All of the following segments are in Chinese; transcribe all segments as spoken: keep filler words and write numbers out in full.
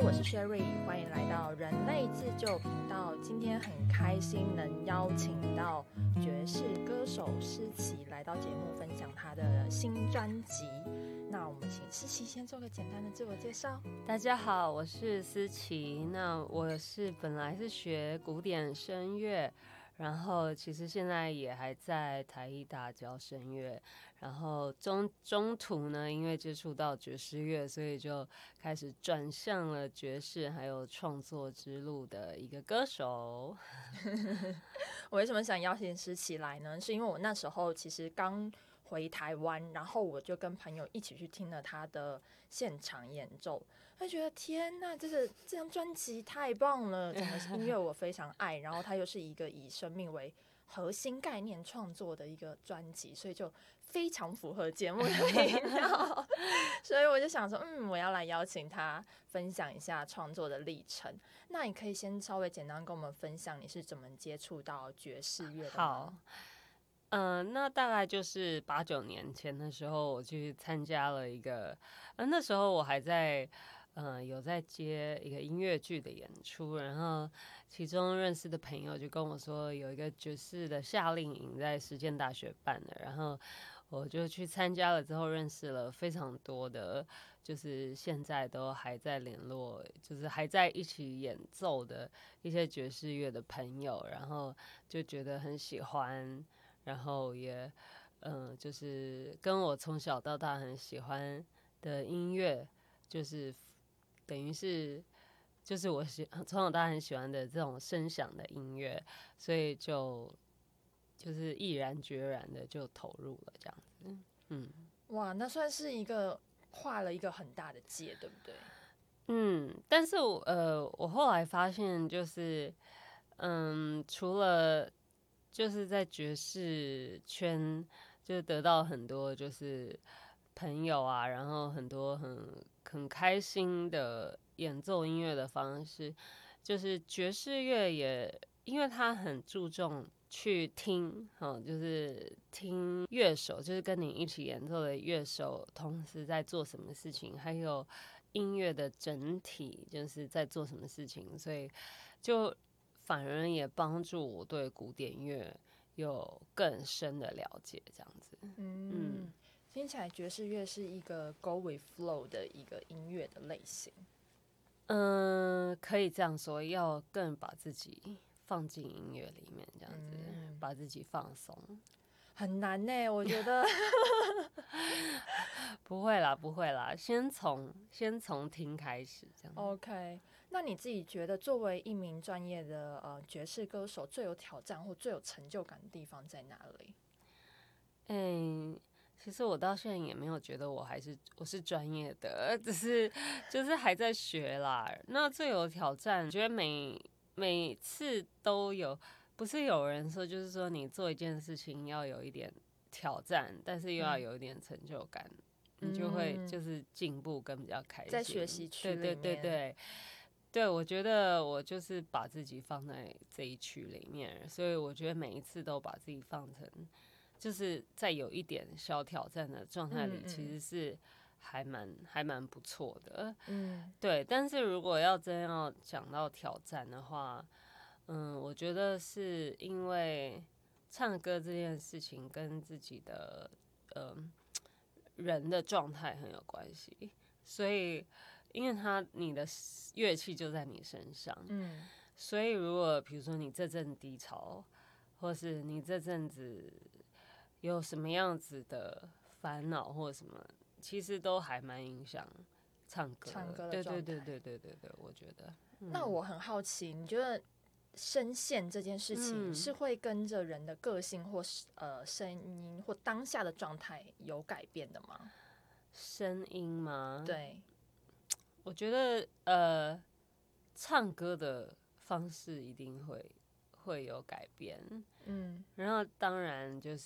我是 Sherry， 欢迎来到人类自救频道。今天很开心能邀请到爵士歌手思琪来到节目分享她的新专辑。那我们请思琪先做个简单的自我介绍。 大家好，我是思琪。那我是本来是学古典声乐，然后其实现在也还在台艺大教声乐，然后中中途呢，因为接触到爵士乐，所以就开始转向了爵士还有创作之路的一个歌手。 我为什么想邀请思琪来呢？是因为我那时候其实刚回台湾，然后我就跟朋友一起去听了他的现场演奏，他觉得天哪，这个这张专辑太棒了，整个音乐我非常爱，然后他又是一个以生命为核心概念创作的一个专辑，所以就非常符合节目的频道，所以我就想说，嗯，我要来邀请他分享一下创作的历程。那你可以先稍微简单跟我们分享你是怎么接触到爵士乐的吗？ 好。嗯、呃，那大概就是八九年前的时候，我去参加了一个，呃，那时候我还在，呃，有在接一个音乐剧的演出，然后其中认识的朋友就跟我说，有一个爵士的夏令营在实践大学办的，然后我就去参加了，之后认识了非常多的，就是现在都还在联络，就是还在一起演奏的一些爵士乐的朋友，然后就觉得很喜欢。然后也，嗯、呃，就是跟我从小到大很喜欢的音乐，就是等于是，就是我喜从小到大很喜欢的这种声响的音乐，所以就就是毅然决然的就投入了这样子。嗯， 哇，那算是一个跨了一个很大的界，对不对？ 嗯，但是我呃，我后来发现就是，嗯，除了就是在爵士圈，就得到很多就是朋友啊，然后很多很很开心的演奏音乐的方式，就是爵士乐也，因为它很注重去听，哦，就是听乐手，就是跟你一起演奏的乐手同时在做什么事情，还有音乐的整体就是在做什么事情，所以就反而也帮助我对古典乐有更深的了解，这样子。 嗯， 嗯听起来爵士乐是一个 go with flow 的一个音乐的类型。 嗯，可以这样说，要更把自己放进音乐里面，这样子， 嗯， 把自己放松。 很难呢，我觉得。 不会啦，不会啦，先从先从听开始，这样。 OK，那你自己觉得作为一名专业的呃爵士歌手，最有挑战或最有成就感的地方在哪里？ 嗯，其实我到现在也没有觉得我还是我是专业的，只是就是还在学啦。那最有挑战，我觉得每每次都有，不是有人说，就是说你做一件事情要有一点挑战，但是又要有一点成就感， 嗯、 你就会就是进步跟比较开心。 在学习区里对面， 对对对。对，我觉得我就是把自己放在这一区里面，所以我觉得每一次都把自己放成，就是在有一点小挑战的状态里， 嗯嗯其实是还蛮还蛮不错的。 嗯对，但是如果要真要讲到挑战的话，嗯，我觉得是因为唱歌这件事情跟自己的呃人的状态很有关系，所以因为他你的乐器就在你身上， 嗯所以如果比如说你这阵低潮，或是你这阵子有什么样子的烦恼或什么，其实都还蛮影响唱歌的。 唱歌的对状态。 对对对对对对，我觉得。嗯、 那我很好奇，你觉得声线这件事情嗯是会跟着人的个性或是呃声音或当下的状态有改变的吗？ 声音吗？， 对， 我觉得呃，唱歌的方式一定会会有改变。 嗯然后当然就是，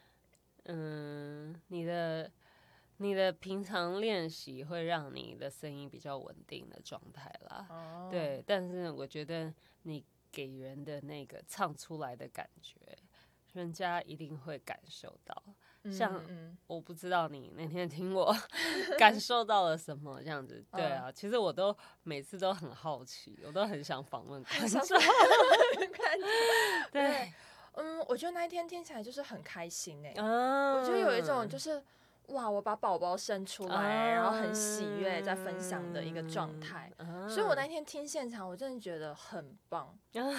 嗯，你的你的平常练习会让你的声音比较稳定的状态啦。 哦， 对，但是我觉得你给人的那个唱出来的感觉，人家一定会感受到。 像嗯我不知道你那天听我感受到了什么这样子，对啊， 嗯其实我都每次都很好奇，我都很想访问观想众， 看对， 嗯，我觉得那一天听起来就是很开心哎、 嗯， 我觉得有一种就是哇，我把宝宝生出来，然后很喜悦在分享的一个状态。 嗯所以我那天听现场，我真的觉得很棒。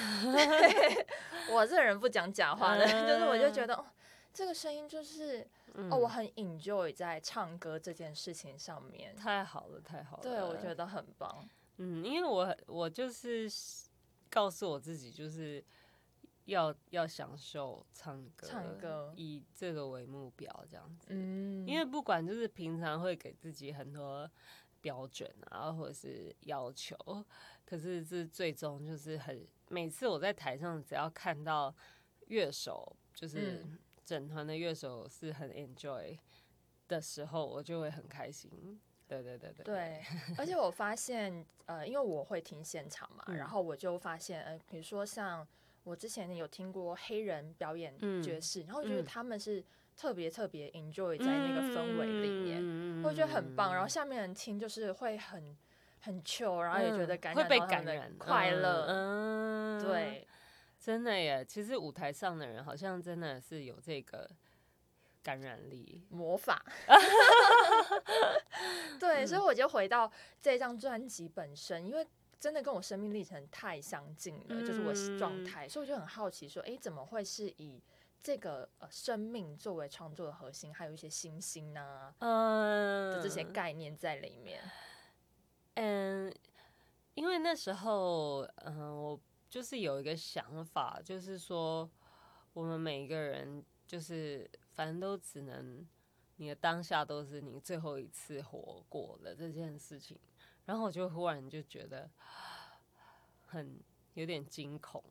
我这个人不讲假话的，就是我就觉得哦，这个声音就是哦，我很 enjoy 在唱歌这件事情上面。 太好了，太好了， 对，我觉得很棒。 嗯，因为我我就是告诉我自己，就是要要享受唱歌， 唱歌以这个为目标，这样子。 嗯， 因为不管就是平常会给自己很多标准啊，或者是要求，可是这最终就是很每次我在台上，只要看到乐手，就是整团的乐手是很 enjoy 的时候，我就会很开心。对对对对对，而且我发现，呃，因为我会听现场嘛， 嗯然后我就发现，呃，比如说像我之前有听过黑人表演爵士， 嗯、 然后我觉得他们是特别特别 enjoy 在那个氛围里面， 嗯、 我觉得很棒。然后下面人听就是会很很 chill，然后也觉得感会被染到他们的感染快乐， 嗯，嗯对， 真的耶。其实舞台上的人好像真的是有这个感染力， 魔法。对，所以我就回到这张专辑本身，因为真的跟我生命历程太相近了， 嗯、 就是我状态，所以我就很好奇说，哎，怎么会是以这个呃生命作为创作的核心，还有一些星星啊、嗯、的这些概念在里面？ 嗯，因为那时候，嗯、呃，我就是有一个想法，就是说，我们每一个人，就是反正都只能。你的当下都是你最后一次活过的这件事情，然后我就忽然就觉得很有点惊恐。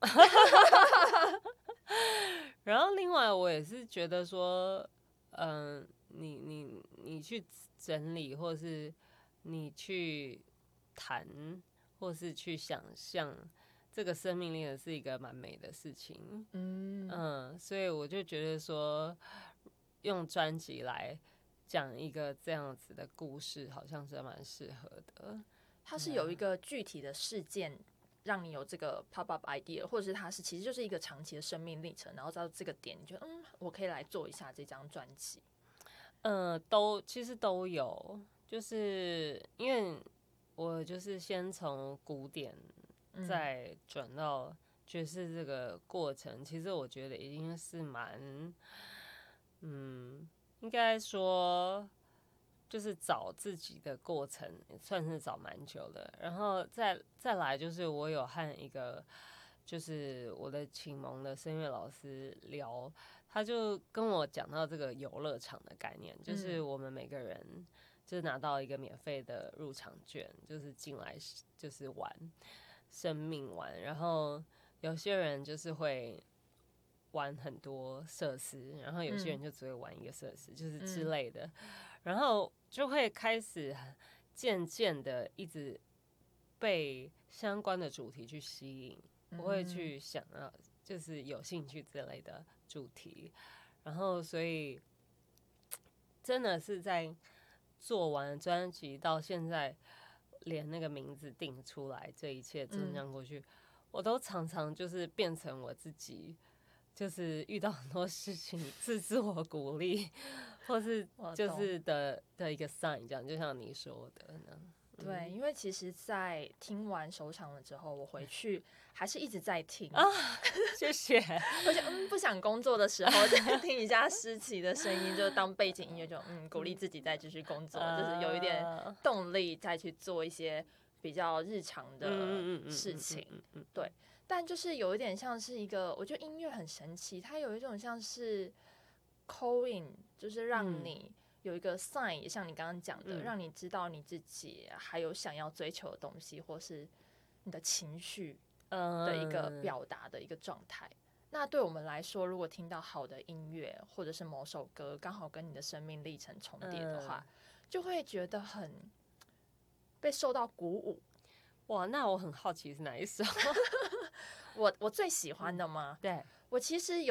然后另外我也是觉得说，嗯、呃，你你你去整理，或是你去谈，或是去想象，这个生命力是一个蛮美的事情。嗯嗯，所以我就觉得说。用专辑来讲一个这样子的故事，好像是蛮适合的。 它是有一个具体的事件让你有这个 pop up idea， 或者是它是其实就是一个长期的生命历程，然后到这个点，你觉得嗯，我可以来做一下这张专辑。 呃，都其实都有，就是因为我就是先从古典再转到爵士这个过程，嗯、其实我觉得已经是蛮。嗯，应该说就是找自己的过程，算是找蛮久的。然后再再来就是我有和一个就是我的启蒙的声乐老师聊，他就跟我讲到这个游乐场的概念，就是我们每个人就是拿到一个免费的入场券，就是进来就是玩生命玩，然后有些人就是会。玩很多设施，然后有些人就只会玩一个设施，嗯、就是之类的，嗯、然后就会开始渐渐的一直被相关的主题去吸引，我会去想要就是有兴趣之类的主题，然后所以真的是在做完专辑到现在，连那个名字定出来，这一切真正过去，嗯、我都常常就是变成我自己。就是遇到很多事情，是自我鼓励，或是就是的的一个 sign， 这样就像你说的那样。 对，因为其实，在听完首场了之后，我回去还是一直在听啊，谢谢。 而且嗯，不想工作的时候，再听一下诗琪的声音，就当背景音乐就，就嗯，鼓励自己再继续工作，啊、就是有一点动力再去做一些比较日常的事情。对。但就是有一点像是一个，我觉得音乐很神奇，它有一种像是 call in， 就是让你有一个 sign，、嗯、像你刚刚讲的、嗯，让你知道你自己还有想要追求的东西，或是你的情绪的一个表达的一个状态。嗯、那对我们来说，如果听到好的音乐，或者是某首歌刚好跟你的生命历程重叠的话，嗯、就会觉得很被受到鼓舞。 哇，那我很好奇是哪一首？ 我我最喜欢的吗？ 嗯、对， 我其实有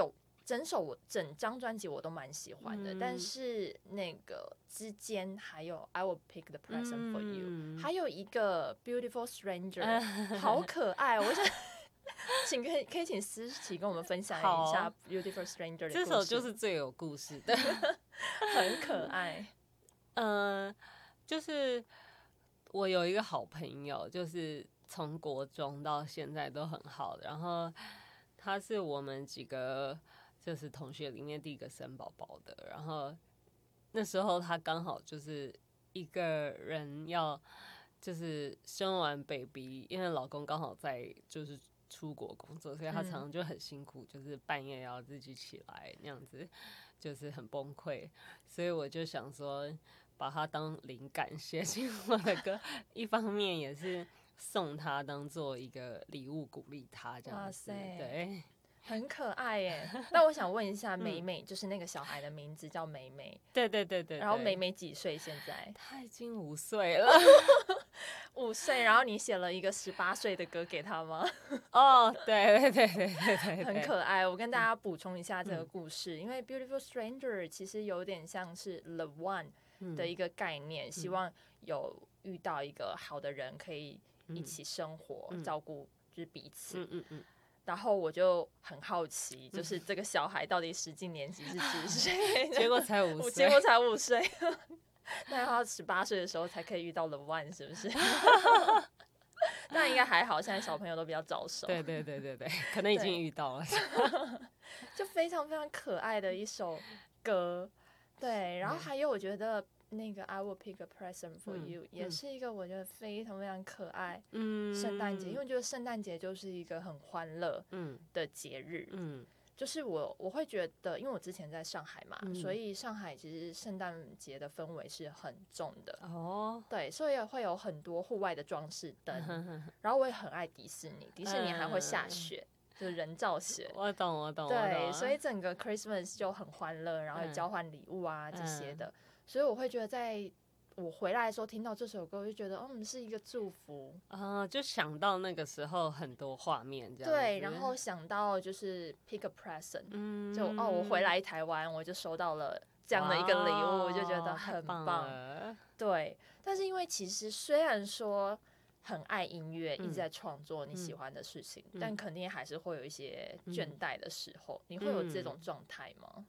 整首我整张专辑我都蛮喜欢的， 嗯、 但是那个之间还有 I Will Pick the Present for You，、嗯、还有一个 Beautiful Stranger，、嗯、好可爱，我想。请可以可以请思琪跟我们分享一下 Beautiful Stranger 的故事。 这首就是最有故事的， 很可爱。 嗯、呃，就是我有一个好朋友，就是从国中到现在都很好的，然后他是我们几个就是同学里面第一个生宝宝的，然后那时候他刚好就是一个人要就是生完 baby， 因为老公刚好在就是出国工作，所以他常常就很辛苦，就是半夜要自己起来那样子，就是很崩溃。所以我就想说，把它当灵感写进我的歌，一方面也是送他当做一个礼物鼓励他这样子。对， 很可爱耶。那我想问一下，美美、嗯、就是那个小孩的名字叫美美。 对对对 对, 对。 然后美美几岁现在？ 她已经五岁了。 五岁，然后你写了一个十八岁的歌给他吗？ 哦，对对对对对对， 很可爱。我跟大家补充一下这个故事，嗯、因为 Beautiful Stranger 其实有点像是 The One 的一个概念，嗯、希望有遇到一个好的人可以一起生活，嗯、照顾就是彼此。嗯嗯嗯。然后我就很好奇，就是这个小孩到底实际年纪是几岁？ 结果才五岁， 结果才五岁。那他十八岁的时候才可以遇到 The One， 是不是？但应该还好，现在小朋友都比较早熟。 对对对对对，可能已经遇到了。 就非常非常可爱的一首歌，对。然后还有，我觉得那个 I Will Pick a Present for You、嗯、也是一个我觉得非常非常可爱。嗯，圣诞节，因为我觉得圣诞节就是一个很欢乐的节日。嗯。嗯就是我，我会觉得，因为我之前在上海嘛，嗯、所以上海其实圣诞节的氛围是很重的。哦，对，所以会有很多户外的装饰灯。然后我也很爱迪士尼，迪士尼还会下雪，嗯、就是人造雪。 我懂，我懂。 对，所以整个 Christmas 就很欢乐，然后交换礼物啊、嗯、这些的。所以我会觉得在。我回来的时候听到这首歌，我就觉得嗯是一个祝福啊、呃，就想到那个时候很多画面这样子。 对，然后想到就是 pick a present，、嗯、就哦我回来台湾我就收到了这样的一个礼物，我就觉得很棒。 棒对，但是因为其实虽然说很爱音乐，嗯、一直在创作你喜欢的事情，嗯、但肯定还是会有一些倦怠的时候。嗯、你会有这种状态吗？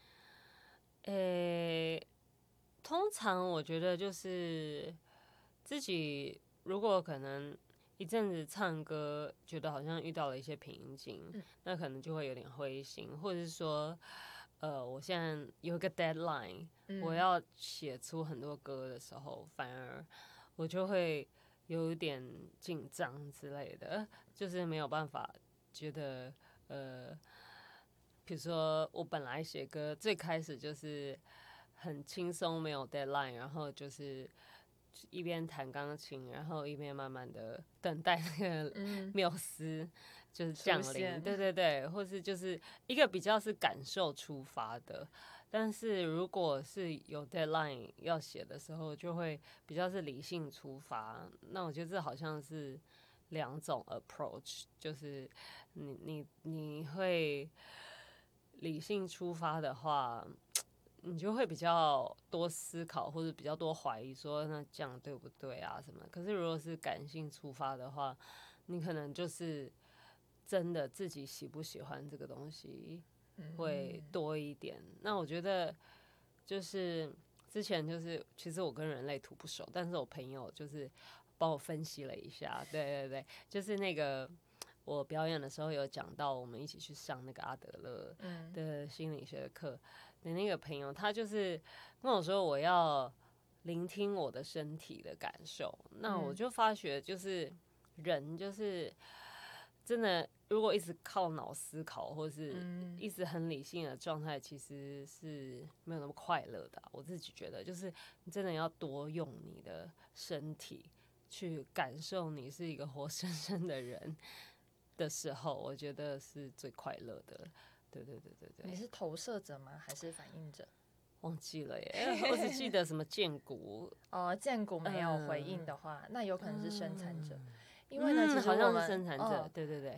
诶、欸。通常我觉得就是自己如果可能一阵子唱歌觉得好像遇到了一些瓶颈、嗯、那可能就会有点灰心，或者是说呃我现在有一个 deadline、嗯、我要写出很多歌的时候，反而我就会有点紧张之类的，就是没有办法觉得呃比如说我本来写歌最开始就是很轻松，没有 deadline， 然后就是一边弹钢琴，然后一边慢慢的等待那个缪斯就是降临，对对对，或是就是一个比较是感受出发的。但是如果是有 deadline 要写的时候，就会比较是理性出发。那我觉得这好像是两种 approach， 就是你你你会理性出发的话。你就会比较多思考，或者比较多怀疑，说那这样对不对啊什么？可是如果是感性出发的话，你可能就是真的自己喜不喜欢这个东西会多一点。嗯、那我觉得就是之前就是其实我跟人类图不熟，但是我朋友就是帮我分析了一下，对对对，就是那个。我表演的时候有讲到，我们一起去上那个阿德勒的心理学课的那个朋友，他就是跟我说我要聆听我的身体的感受。那我就发觉，就是人就是真的，如果一直靠脑思考，或是一直很理性的状态，其实是没有那么快乐的。我自己觉得，就是你真的要多用你的身体去感受，你是一个活生生的人。的时候，我觉得是最快乐的。对对对对对。 你是投射者吗？还是反应者？ 忘记了耶，我只记得什么剑骨。 哦，剑骨没有回应的话，嗯、那有可能是生产者，嗯、因为呢，其实我们、 嗯、好像是生产者。哦、对对对。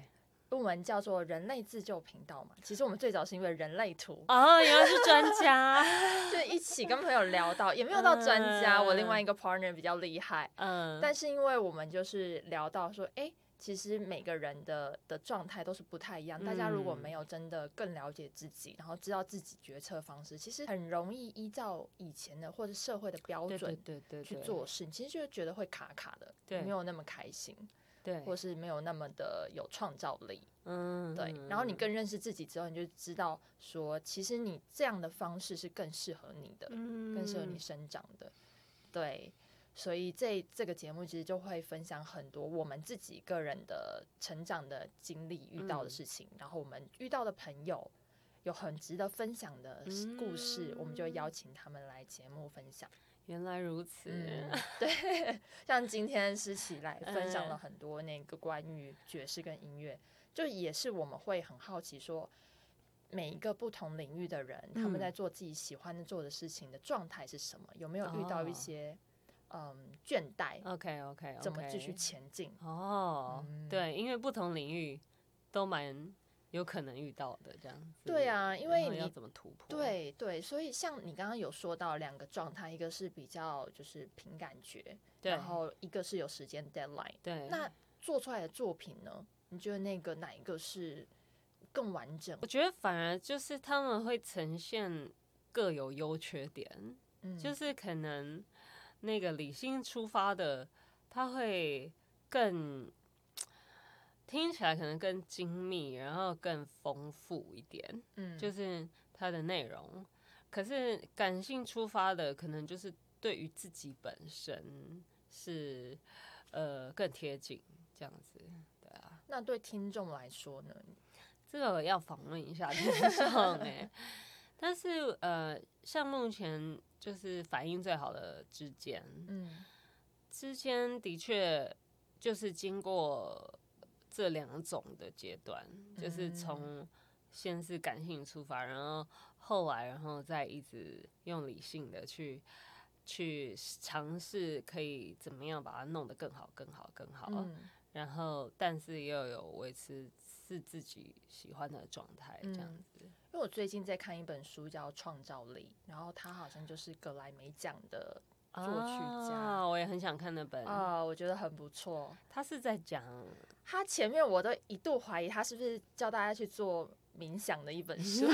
我们叫做人类自救频道嘛，其实我们最早是因为人类图哦，原来是专家， 就一起跟朋友聊到，也没有到专家， 嗯我另外一个 partner 比较厉害， 嗯， 但是因为我们就是聊到说，哎、欸，其实每个人的的状态都是不太一样，大家如果没有真的更了解自己，然后知道自己决策方式，其实很容易依照以前的或者社会的标准去做事，其实就会觉得会卡卡的，没有那么开心。对，或是没有那么的有创造力，嗯，对。然后你更认识自己之后，你就知道说，其实你这样的方式是更适合你的，嗯、更适合你生长的，对。所以这这个节目其实就会分享很多我们自己个人的成长的经历、遇到的事情，嗯、然后我们遇到的朋友有很值得分享的故事，嗯、我们就会邀请他们来节目分享。 原来如此，嗯、 对，像今天诗琪来分享了很多那个关于爵士跟音乐，就也是我们会很好奇说，每一个不同领域的人，嗯、他们在做自己喜欢的做的事情的状态是什么？有没有遇到一些、哦、嗯倦怠 ？OK OK，, okay 怎么继续前进？ 哦，嗯、对，因为不同领域都蛮有可能遇到的这样子。 对啊，因为你要怎么突破？ 对对，所以像你刚刚有说到两个状态，一个是比较就是凭感觉，然后一个是有时间 deadline。 对， 那做出来的作品呢？你觉得那个哪一个是更完整？ 我觉得反而就是他们会呈现各有优缺点，嗯、就是可能那个理性出发的，他会更。听起来可能更精密，然后更丰富一点，嗯，就是它的内容。可是感性出发的，可能就是对于自己本身是呃更贴近这样子，对啊。 那对听众来说呢？ 这个我要访问一下听众哎。但是呃，像目前就是反应最好的之间，嗯，之间的确就是经过。这两种的阶段，就是从先是感性出发，然后后来，然后再一直用理性的去去尝试，可以怎么样把它弄得更好、更好、更好。嗯、然后，但是又有维持是自己喜欢的状态，这样子。嗯、 因为我最近在看一本书叫《创造力》，然后它好像就是格莱美奖的。作曲家、 啊，我也很想看那本啊、呃，我觉得很不错。 他是在讲， 他前面我都一度怀疑他是不是教大家去做冥想的一本书。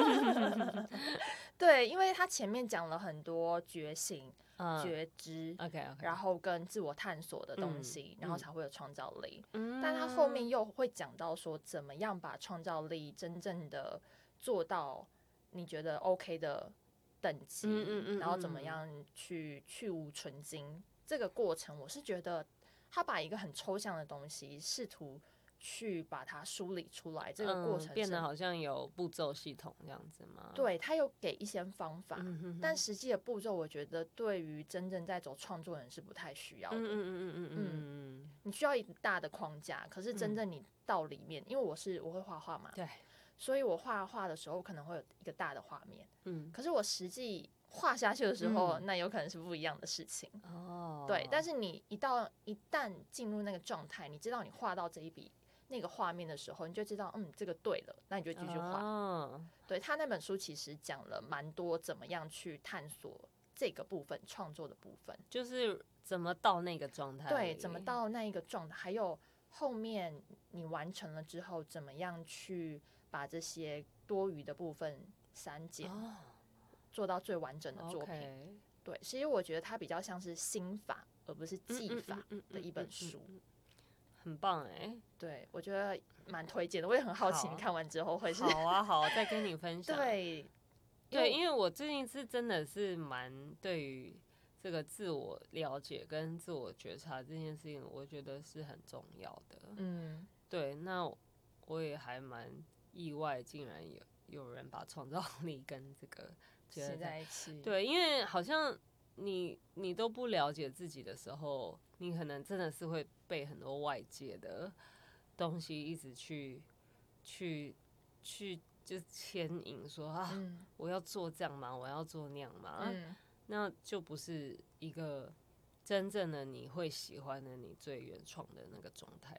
对，因为他前面讲了很多觉醒、嗯、觉知 ，OK OK， 然后跟自我探索的东西，嗯、然后才会有创造力。嗯、但他后面又会讲到说，怎么样把创造力真正的做到你觉得 OK 的。等级，嗯嗯嗯、然后怎么样去去无存精？这个过程，我是觉得他把一个很抽象的东西，试图去把它梳理出来。这个过程、 嗯、变得好像有步骤系统这样子吗？ 对，他有给一些方法，嗯、哼哼但实际的步骤，我觉得对于真正在走创作人是不太需要的。嗯嗯嗯嗯嗯，你需要一个大的框架，可是真正你到里面，嗯、因为我是我会画画嘛， 对。 所以我画画的时候可能会有一个大的画面，嗯，可是我实际画下去的时候，嗯、那有可能是不一样的事情。哦，对，但是你一到一旦进入那个状态，你知道你画到这一笔那个画面的时候，你就知道，嗯，这个对了，那你就继续画。哦，对，他那本书其实讲了蛮多怎么样去探索这个部分创作的部分， 就是怎么到那个状态， 对，怎么到那一个状态，还有后面你完成了之后，怎么样去。把这些多余的部分删减，哦、做到最完整的作品。Okay. 对，其实我觉得它比较像是心法，而不是技法的一本书。嗯嗯嗯嗯嗯、 很棒哎、欸， 对我觉得蛮推荐的。我也很好奇，你看完之后会是好啊，好，再跟你分享。 对， 对，因为我最近是真的是蛮对于这个自我了解跟自我觉察这件事情，我觉得是很重要的。嗯，对，那我也还蛮。意外竟然有有人把创造力跟这个写在一起， 对，因为好像你你都不了解自己的时候，你可能真的是会被很多外界的东西一直去去去就牵引说啊，嗯、我要做这样吗？我要做那样吗？嗯、那就不是一个真正的你会喜欢的你最原创的那个状态。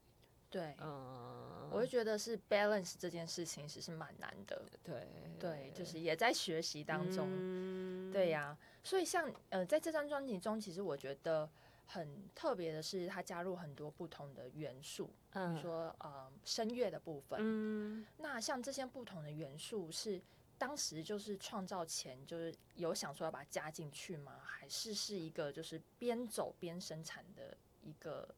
对， 嗯， 我会觉得是 balance 这件事情其实蛮难的。 对对，就是也在学习当中。 嗯、 对呀、啊，所以像呃，在这张专辑中，其实我觉得很特别的是，它加入很多不同的元素，嗯、比如说呃声乐的部分。嗯，那像这些不同的元素是。当时就是创造前，就是有想说要把它加进去吗？还是是一个就是边走边生产的一个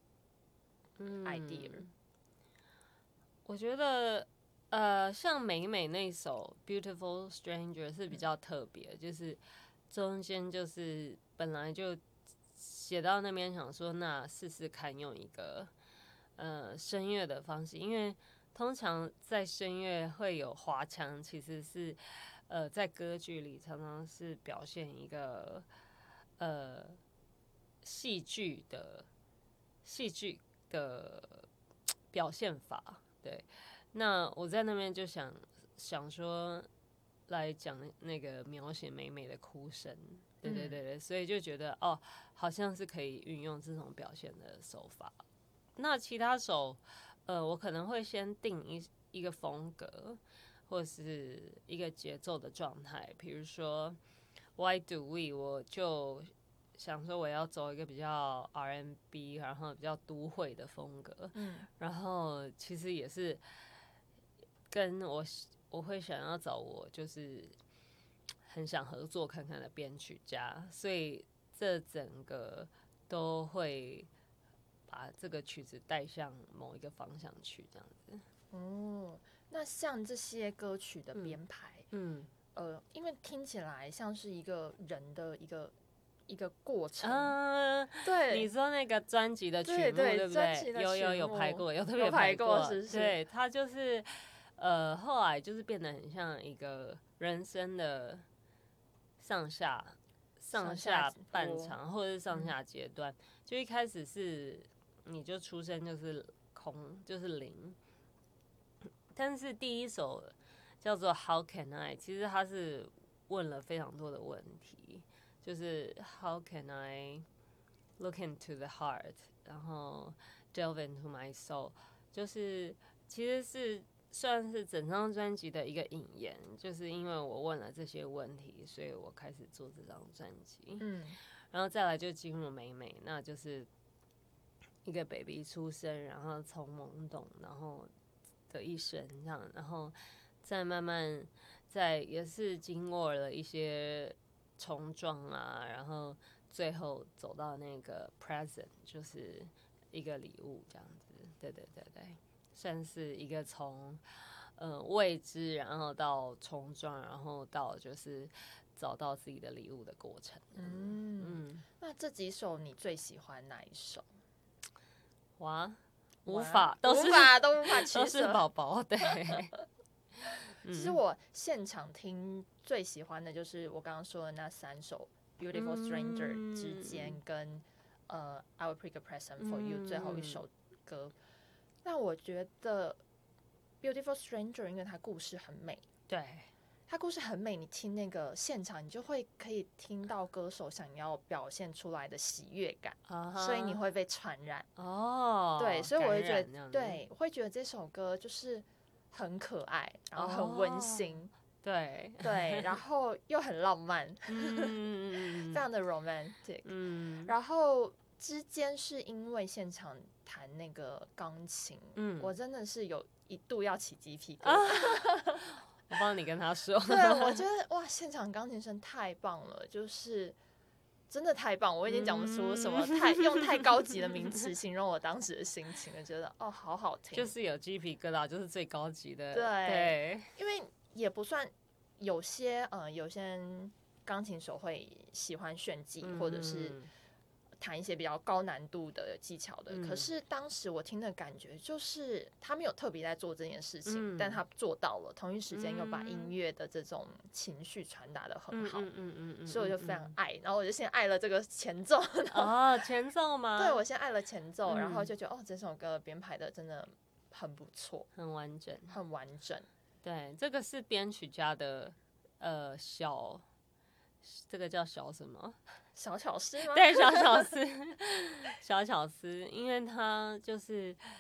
idea？、嗯、 我觉得，呃，像美美那首《Beautiful Stranger》是比较特别，嗯、就是中间就是本来就写到那边，想说那试试看用一个呃声乐的方式，因为通常在声乐会有滑腔，其实是呃在歌剧里常常是表现一个呃戏剧的戏剧的表现法。对，那我在那边就想想说，来讲那个描写美美的哭声，对对对对，所以就觉得哦，好像是可以运用这种表现的手法。那其他首，呃，我可能会先定一一个风格，或是一个节奏的状态，比如说 Why Do We， 我就想说我要走一个比较 R and B， 然后比较都会的风格，嗯，然后其实也是跟我我会想要找我就是很想合作看看的编曲家，所以这整个都会把这个曲子带向某一个方向去，这样子。 哦，那像这些歌曲的编排，嗯，嗯呃，因为听起来像是一个人的一个一个过程。嗯，对， 你说那个专辑的曲目，对, 对不对？有有有排过，有特别排过， 有排过是不是？ 对，它就是呃，后来就是变得很像一个人生的上下上下半场，或者是上下阶段。嗯、就一开始是你就出生就是空，就是零。但是第一首叫做 How Can I， 其实他是问了非常多的问题，就是 How Can I look into the heart， 然后 delve into my soul， 就是其实是算是整张专辑的一个引言，就是因为我问了这些问题，所以我开始做这张专辑。嗯，然后再来就进入美美，那就是一个 baby 出生，然后从懵懂，然后的一生这样，然后再慢慢再也是经过了一些冲撞啊，然后最后走到那个 present， 就是一个礼物这样子。对对对对，算是一个从呃未知，然后到冲撞，然后到就是找到自己的礼物的过程。 嗯嗯，那这几首你最喜欢哪一首？ 哇，无法，都是无法都无法取舍， 都是宝宝。对， 其实我现场听最喜欢的就是我刚刚说的那三首《Beautiful Stranger》之间跟呃《I Will Pick a Present for You》最后一首歌。那我觉得《Beautiful Stranger》因为它故事很美， 对。 它故事很美，你听那个现场，你就会可以听到歌手想要表现出来的喜悦感， uh-huh. 所以你会被传染。哦、oh, 对，所以我会觉得，对，我会觉得这首歌就是很可爱，然后很温馨， oh, 对对，然后又很浪漫，非常的 romantic。嗯，然后之间是因为现场弹那个钢琴，嗯，我真的是有一度要起鸡皮疙瘩。 我帮你跟他说。 对，我觉得哇，现场钢琴声太棒了，就是真的太棒，我已经讲不出什么太、嗯、用太高级的名词形容我当时的心情了，觉得哦，好好听， 就是有鸡皮疙瘩，就是最高级的。 对， 对， 因为也不算有些呃，有些钢琴手会喜欢炫技，嗯、或者是弹一些比较高难度的技巧的，嗯、可是当时我听的感觉就是他没有特别在做这件事情，嗯、但他做到了，同一时间又把音乐的这种情绪传达得很好，嗯嗯嗯嗯、所以我就非常爱，然后我就先爱了这个前奏。 哦，前奏吗？ 对，我先爱了前奏，嗯、然后就觉得哦，这首歌编排的真的很不错， 很完整， 很完整。 对，这个是编曲家的呃小，这个叫小什么？ 小巧思吗？ 对，小巧思，小巧思，因为他就是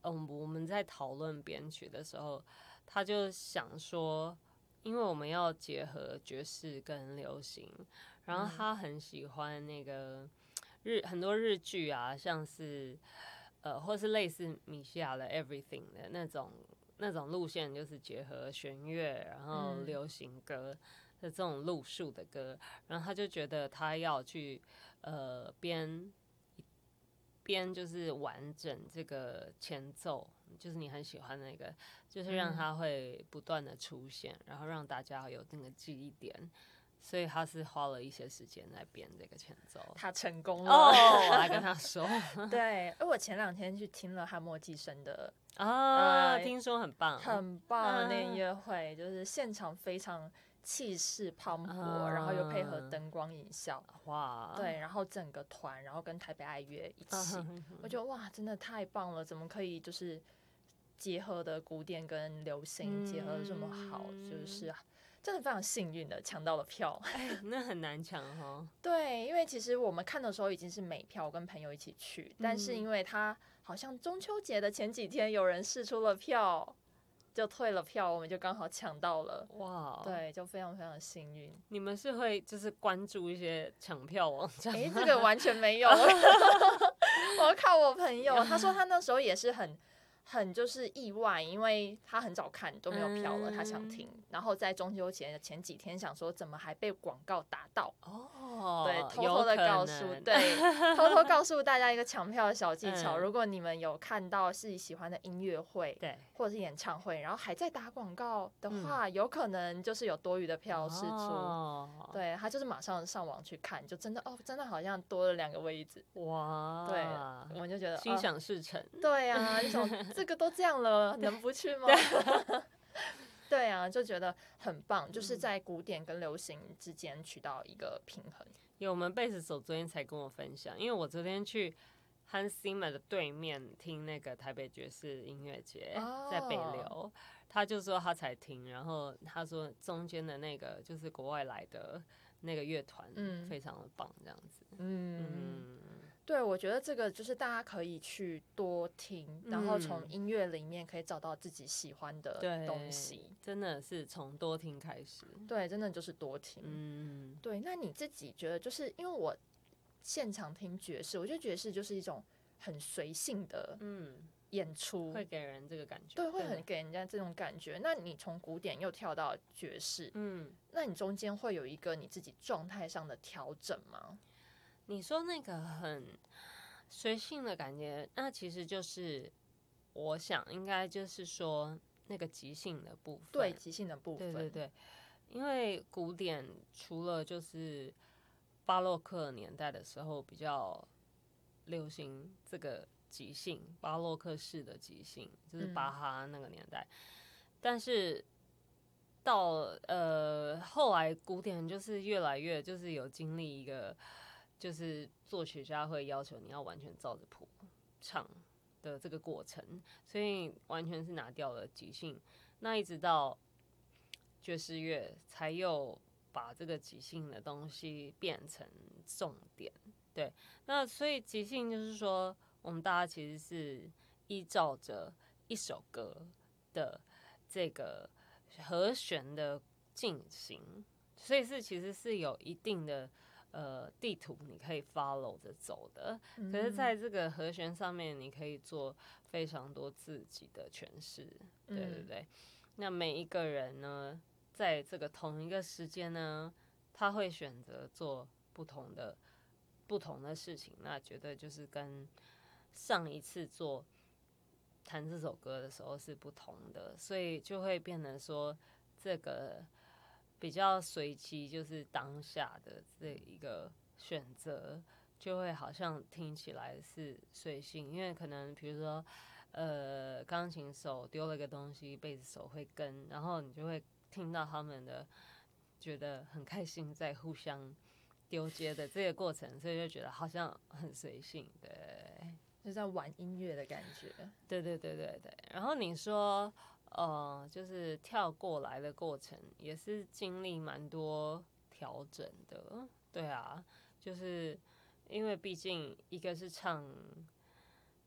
嗯，我们在讨论编曲的时候，他就想说，因为我们要结合爵士跟流行，然后他很喜欢那个日很多日剧啊，像是呃，或是类似米西亚的 Everything 的那种那种路线，就是结合弦乐，然后流行歌的这种路数的歌，然后他就觉得他要去呃编。编就是完整这个前奏，就是你很喜欢那个，就是让它会不断的出现，然后让大家有那个记忆点，所以他是花了一些时间来编这个前奏。 他成功了哦，我来跟他说。 对，而我前两天去听了汉默寄生的啊、呃，听说很棒， 很棒的那音乐会，就是现场非常气势磅礴， 啊、 然后又配合灯光影效， 哇， 对，然后整个团，然后跟台北爱乐一起，啊、我觉得哇，真的太棒了，怎么可以就是结合的古典跟流行结合的这么好，嗯、就是真的非常幸运的抢到了票。 哎，那很难抢哦。 对，因为其实我们看的时候已经是美票，我跟朋友一起去，但是因为他好像中秋节的前几天有人释出了票。就退了票，我们就刚好抢到了。哇，对，就非常非常幸运。 你们是会就是关注一些抢票网站？ 哎、欸，这个完全没有。我要靠我朋友，他说他那时候也是很很就是意外，因为他很早看都没有票了，嗯、他想听，然后在中秋节的前几天想说怎么还被广告打到哦，对，偷偷的告诉，对，偷偷告诉大家一个抢票的小技巧，嗯、如果你们有看到自己喜欢的音乐会，对，或者是演唱会，然后还在打广告的话，嗯、有可能就是有多余的票释出，哦、对，他就是马上上网去看，就真的哦，真的好像多了两个位置，哇，对，我们就觉得心想事成， 呃、对啊，就想这个都这样了，能不去吗？对啊，就觉得很棒，就是在古典跟流行之间取到一个平衡。 有我们贝斯手昨天才跟我分享，因为我昨天去Hans Zimmer 的对面听那个台北爵士音乐节，在北流，他就说他才听，然后他说中间的那个就是国外来的那个乐团，嗯，非常的棒，这样子，嗯。 嗯对，我觉得这个就是大家可以去多听，然后从音乐里面可以找到自己喜欢的东西。 真的是从多听开始。 对，真的就是多听。嗯，对。那你自己觉得，就是因为我现场听爵士，我觉得爵士就是一种很随性的演出， 嗯、会给人这个感觉。 对，会很给人家这种感觉。那你从古典又跳到爵士，嗯，那你中间会有一个你自己状态上的调整吗？ 你说那个很随性的感觉，那其实就是我想应该就是说那个即兴的部分， 对，即兴的部分， 对对对，因为古典除了就是巴洛克年代的时候比较流行这个即兴，巴洛克式的即兴，就是巴哈那个年代，嗯、但是到呃后来古典就是越来越就是有经历一个。就是作曲家会要求你要完全照着谱唱的这个过程，所以完全是拿掉了即兴。那一直到爵士乐才又把这个即兴的东西变成重点。对，那所以即兴就是说，我们大家其实是依照着一首歌的这个和弦的进行，所以是其实是有一定的。呃，地图你可以 follow 着走的，可是在这个和弦上面，你可以做非常多自己的诠释，对对对。嗯、那每一个人呢，在这个同一个时间呢，他会选择做不同的不同的事情，那绝对就是跟上一次做弹这首歌的时候是不同的，所以就会变成说这个。比较随机，就是当下的这一个选择，就会好像听起来是随性，因为可能比如说，呃，钢琴手丢了个东西，贝斯手会跟，然后你就会听到他们的觉得很开心，在互相丢接的这个过程，所以就觉得好像很随性，对， 就在玩音乐的感觉。 对对对对对，然后你说。呃，就是跳过来的过程，也是经历蛮多调整的。对啊，就是因为毕竟一个是唱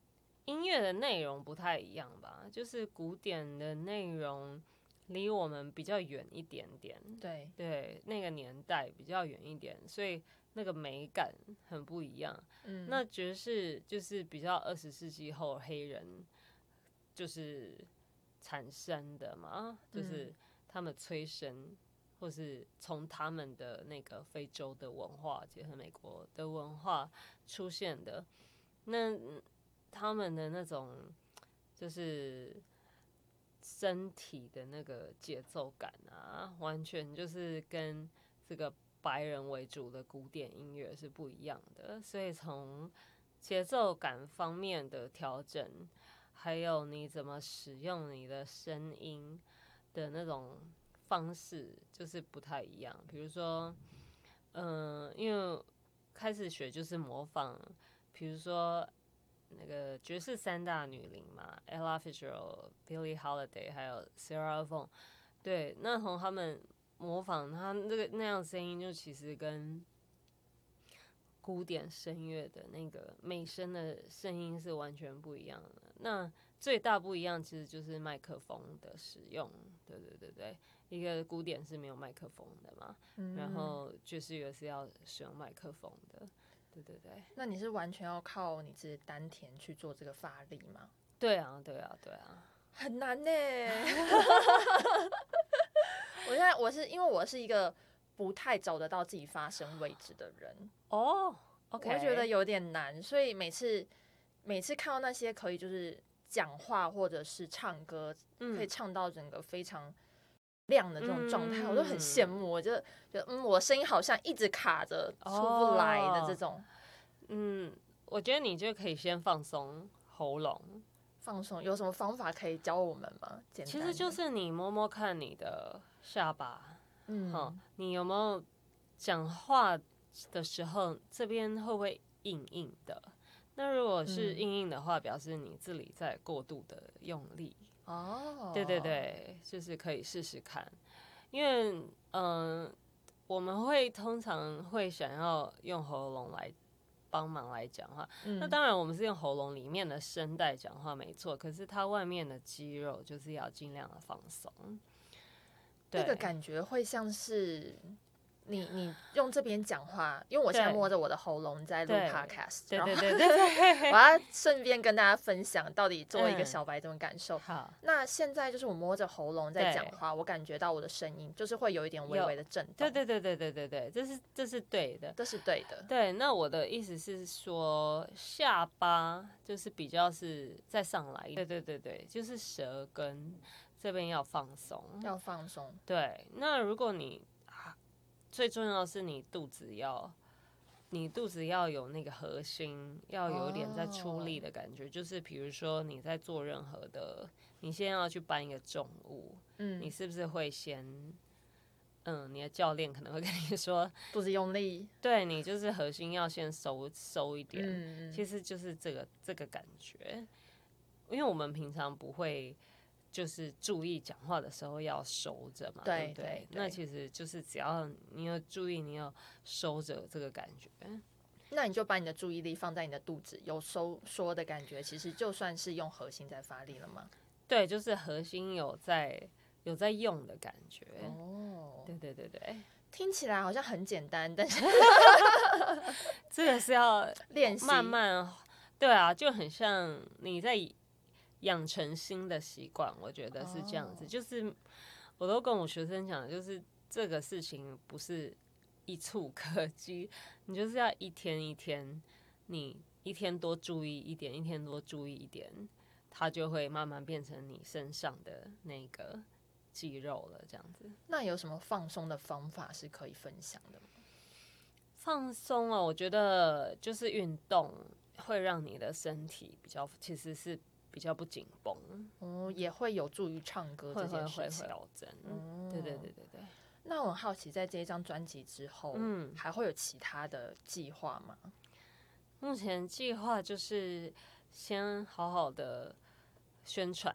音乐的内容不太一样吧，就是古典的内容离我们比较远一点点， 对对，那个年代比较远一点，所以那个美感很不一样。 嗯， 那爵士就是比较二十世纪后黑人就是产生的嘛，就是他们催生，或是从他们的那个非洲的文化结合美国的文化出现的。那他们的那种就是身体的那个节奏感啊，完全就是跟这个白人为主的古典音乐是不一样的。所以从节奏感方面的调整，还有你怎么使用你的声音的那种方式，就是不太一样。比如说，嗯、呃，因为开始学就是模仿，比如说那个爵士三大女伶嘛 ，Ella Fitzgerald、Billie Holiday 还有 Sarah Vaughan， 对，那从他们模仿他那个那样声音，就其实跟古典声乐的那个美声的声音是完全不一样的。那最大不一样其实就是麦克风的使用，对对对对，一个古典是没有麦克风的嘛，嗯、然后爵士乐是要使用麦克风的。对对对， 那你是完全要靠你自己丹田去做这个发力吗？ 对啊，对啊，对啊， 很难呢。我现在我是因为我是一个不太找得到自己发声位置的人哦、oh, ，OK， 我觉得有点难，所以每次每次看到那些可以就是讲话或者是唱歌，嗯、可以唱到整个非常亮的这种状态，嗯、我都很羡慕。我就觉得，嗯，我声音好像一直卡着出不来的这种。Oh, 嗯，我觉得你就可以先放松喉咙。 放松有什么方法可以教我们吗？简单其实就是你摸摸看你的下巴，嗯，你有没有讲话的时候这边会不会硬硬的？那如果是硬硬的话，嗯、表示你这里在过度的用力。哦，对对对，就是可以试试看，因为嗯、呃，我们会通常会想要用喉咙来帮忙来讲话，嗯、那当然我们是用喉咙里面的声带讲话没错，可是它外面的肌肉就是要尽量的放松。 那个感觉会像是你你用这边讲话，因为我现在摸着我的喉咙在录 podcast， 对对对对对， 我要顺便跟大家分享到底作为一个小白怎么感受。 嗯、好， 那现在就是我摸着喉咙在讲话，我感觉到我的声音就是会有一点微微的震动。 对对对对对对对，这是这是对的， 这是对的。 对，那我的意思是说，下巴就是比较是再上来，对对对对，就是舌根这边要放松， 要放松。 对，那如果你最重要的是你肚子要，你肚子要有那个核心，要有点在出力的感觉。Oh. 就是比如说你在做任何的，你先要去搬一个重物，嗯，你是不是会先，嗯，你的教练可能会跟你说， 肚子用力， 对你就是核心要先收收一点，嗯，其实就是这个这个感觉，因为我们平常不会。就是注意讲话的时候要收着嘛，对不 对, 对, 对？那其实就是只要你有注意，你有收着这个感觉， 那你就把你的注意力放在你的肚子，有收缩的感觉，其实就算是用核心在发力了吗？ 对，就是核心有在有在用的感觉。哦，对对对对， 听起来好像很简单，但是这个是要练习， 慢慢，对啊，就很像你在。养成新的习惯，我觉得是这样子。Oh. 就是我都跟我学生讲，就是这个事情不是一触可及，你就是要一天一天，你一天多注意一点，一天多注意一点，它就会慢慢变成你身上的那个肌肉了。这样子。 那有什么放松的方法是可以分享的吗？ 放松啊，我觉得就是运动会让你的身体比较，其实是。比较不紧绷， 哦，也会有助于唱歌这件事情。 会调整，嗯，对对对对对。 那我很好奇，在这一张专辑之后，嗯，还会有其他的计划吗？ 目前计划就是先好好的宣传，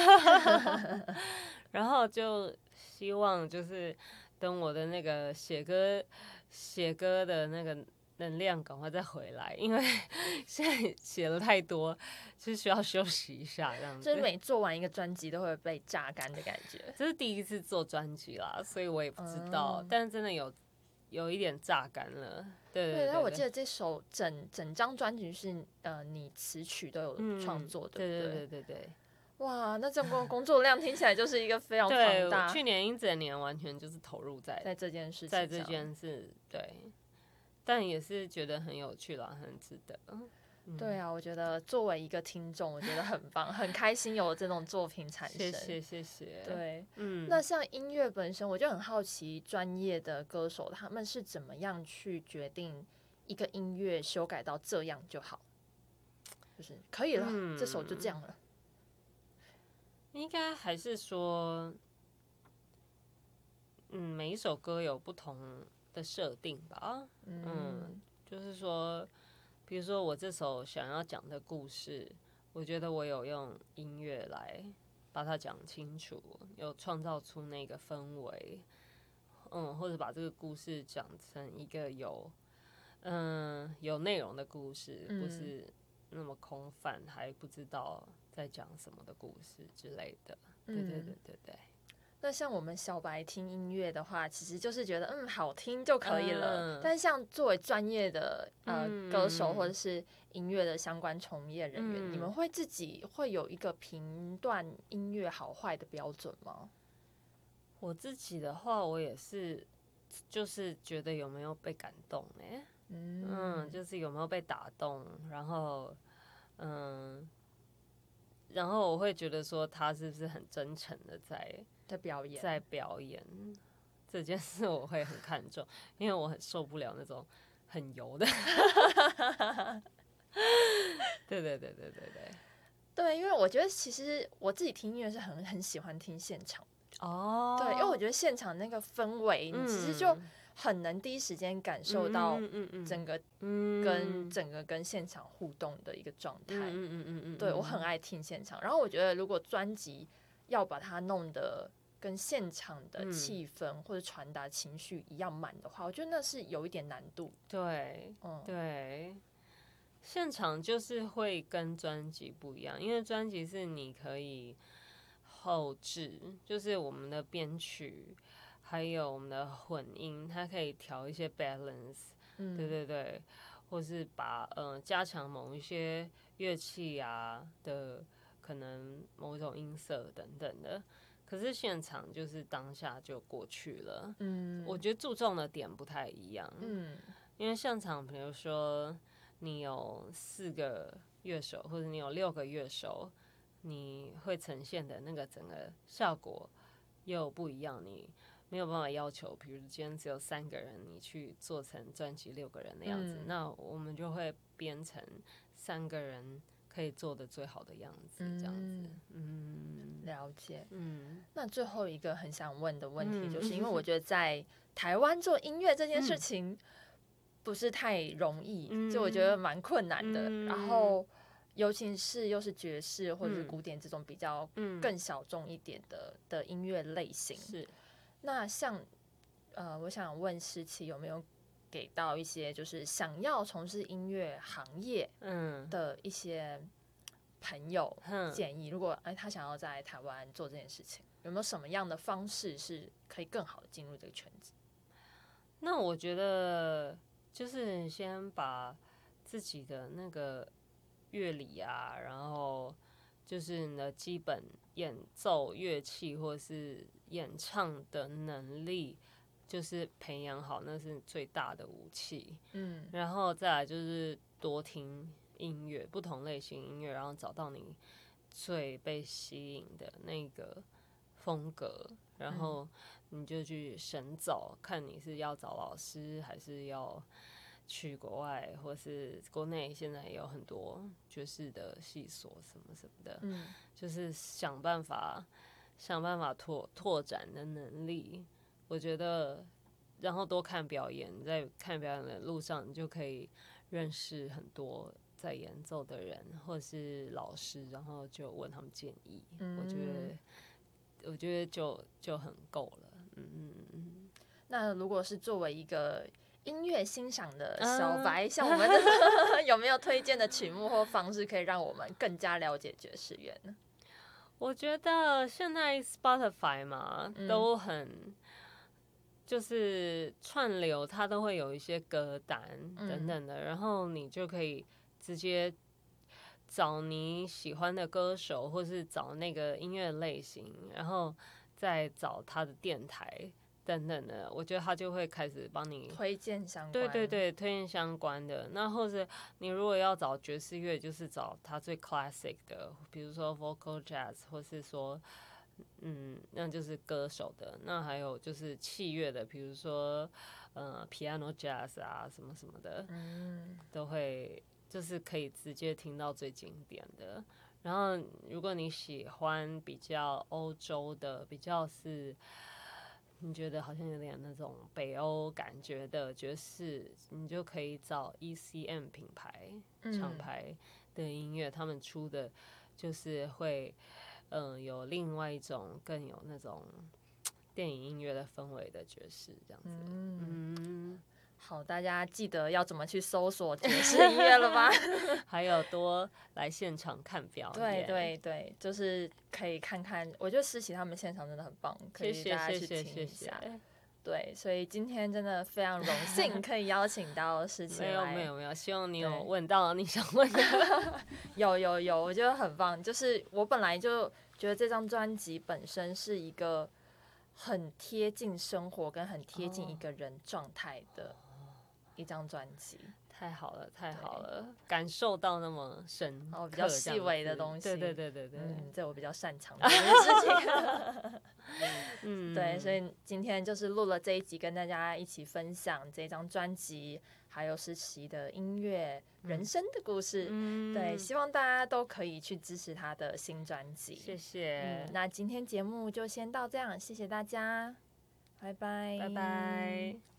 然后就希望就是等我的那个写歌写歌的那个能量赶快再回来，因为现在写了太多，就是需要休息一下这样子。 就是每做完一个专辑都会被榨干的感觉。 这是第一次做专辑啦，所以我也不知道， 嗯、 但是真的有有一点榨干了。对对对， 但我记得这首整整张专辑是呃你词曲都有创作， 嗯、 对不对？ 对对对对对。 哇，那这工工作量听起来就是一个非常庞大。 对，去年一整年完全就是投入在在这件事情在这件事，对，但也是觉得很有趣啦，很值得。嗯、 对啊，我觉得作为一个听众，我觉得很棒，很开心有这种作品产生。 谢谢谢谢。 对， 嗯， 那像音乐本身，我就很好奇，专业的歌手他们是怎么样去决定一个音乐修改到这样就好，就是可以了，嗯、这首就这样了。 应该还是说，嗯，每一首歌有不同的设定吧。嗯, 嗯，就是说，比如说我这首想要讲的故事，我觉得我有用音乐来把它讲清楚，有创造出那个氛围，嗯，或者把这个故事讲成一个有，嗯，有内容的故事，不是那么空泛，还不知道在讲什么的故事之类的。对对对对对。 那像我们小白听音乐的话，其实就是觉得嗯好听就可以了。嗯、但是像作为专业的呃、嗯、歌手或者是音乐的相关从业人员，嗯、你们会自己会有一个评断音乐好坏的标准吗？ 我自己的话，我也是，就是觉得有没有被感动哎、欸，嗯, 嗯，就是有没有被打动，然后嗯。然后我会觉得说他是不是很真诚的在在表演， 在表演这件事，我会很看重，因为我很受不了那种很油的。对对对对对对。 对，因为我觉得其实我自己听音乐是很很喜欢听现场。 哦。 对，因为我觉得现场那个氛围，嗯、你其实就很能第一时间感受到整个跟整个跟现场互动的一个状态。嗯嗯嗯嗯。对，我很爱听现场，然后我觉得如果专辑要把它弄得跟现场的气氛或者传达情绪一样满的话，我觉得那是有一点难度。 对，嗯，对。现场就是会跟专辑不一样，因为专辑是你可以后制，就是我们的编曲。还有我们的混音，它可以调一些 balance，嗯、对对对，或是把呃加强某一些乐器啊的可能某一种音色等等的。可是现场就是当下就过去了，嗯，我觉得注重的点不太一样，嗯，因为现场比如说你有四个乐手，或者你有六个乐手，你会呈现的那个整个效果又不一样，你。没有办法要求，比如今天只有三个人，你去做成专辑六个人的样子，嗯、那我们就会编成三个人可以做的最好的样子，这样子。嗯， 了解。 嗯， 那最后一个很想问的问题，就是因为我觉得在台湾做音乐这件事情不是太容易，嗯、就我觉得蛮困难的。嗯、然后，尤其是又是爵士或者是古典这种比较更小众一点的、嗯、的音乐类型， 是。 那像，呃，我想问诗琪有没有给到一些就是想要从事音乐行业的一些朋友建议？嗯、如果哎他想要在台湾做这件事情，有没有什么样的方式是可以更好的进入这个圈子？ 那我觉得就是先把自己的那个乐理啊，然后就是你的基本演奏乐器或是演唱的能力，就是培养好，那是最大的武器。嗯，然后再来就是多听音乐，不同类型音乐，然后找到你最被吸引的那个风格，然后你就去深造，看你是要找老师，还是要去国外，或是国内现在也有很多爵士的系所什么什么的，嗯、就是想办法想办法拓拓展的能力。我觉得，然后多看表演，在看表演的路上，你就可以认识很多在演奏的人或是老师，然后就问他们建议。嗯、我觉得，我觉得就就很够了。嗯嗯嗯。 那如果是作为一个音乐欣赏的小白，嗯、像我们这有没有推荐的曲目或方式，可以让我们更加了解爵士乐呢？ 我觉得现在 Spotify 嘛，嗯、都很就是串流，它都会有一些歌单等等的，嗯、然后你就可以直接找你喜欢的歌手，或是找那个音乐类型，然后再找他的电台等等的，我觉得他就会开始帮你推荐相关， 对对对，推荐相关的。那或者你如果要找爵士乐，就是找他最 classic 的，比如说 vocal jazz， 或是说，嗯，那就是歌手的。那还有就是器乐的，比如说呃 piano jazz 啊，什么什么的，嗯，都会就是可以直接听到最经典的。然后如果你喜欢比较欧洲的，比较是。你觉得好像有点那种北欧感觉的爵士，你就可以找 E C M 品牌厂牌的音乐，他们出的就是会，嗯，有另外一种更有那种电影音乐的氛围的爵士这样子。嗯，嗯好，大家记得要怎么去搜索爵士音乐了吧？ 还有多来现场看表演。 对对对，就是可以看看，我觉得诗琪他们现场真的很棒，可以大家去听一下。 谢谢谢谢对，所以今天真的非常荣幸可以邀请到诗琪来。 没有没有没有，希望你有问到你想问的。 有有有，我觉得很棒。就是我本来就觉得这张专辑本身是一个很贴近生活跟很贴近一个人状态的一张专辑。 太好了，太好了，感受到那么深刻， 哦，比较细微的东西。 对对对对对， 嗯，这我比较擅长的事情。嗯，对，所以今天就是录了这一集，跟大家一起分享这张专辑，还有诗琪的音乐、嗯、人生的故事。嗯，对，希望大家都可以去支持他的新专辑。 谢谢。 嗯，那今天节目就先到这样，谢谢大家，拜拜， 拜拜。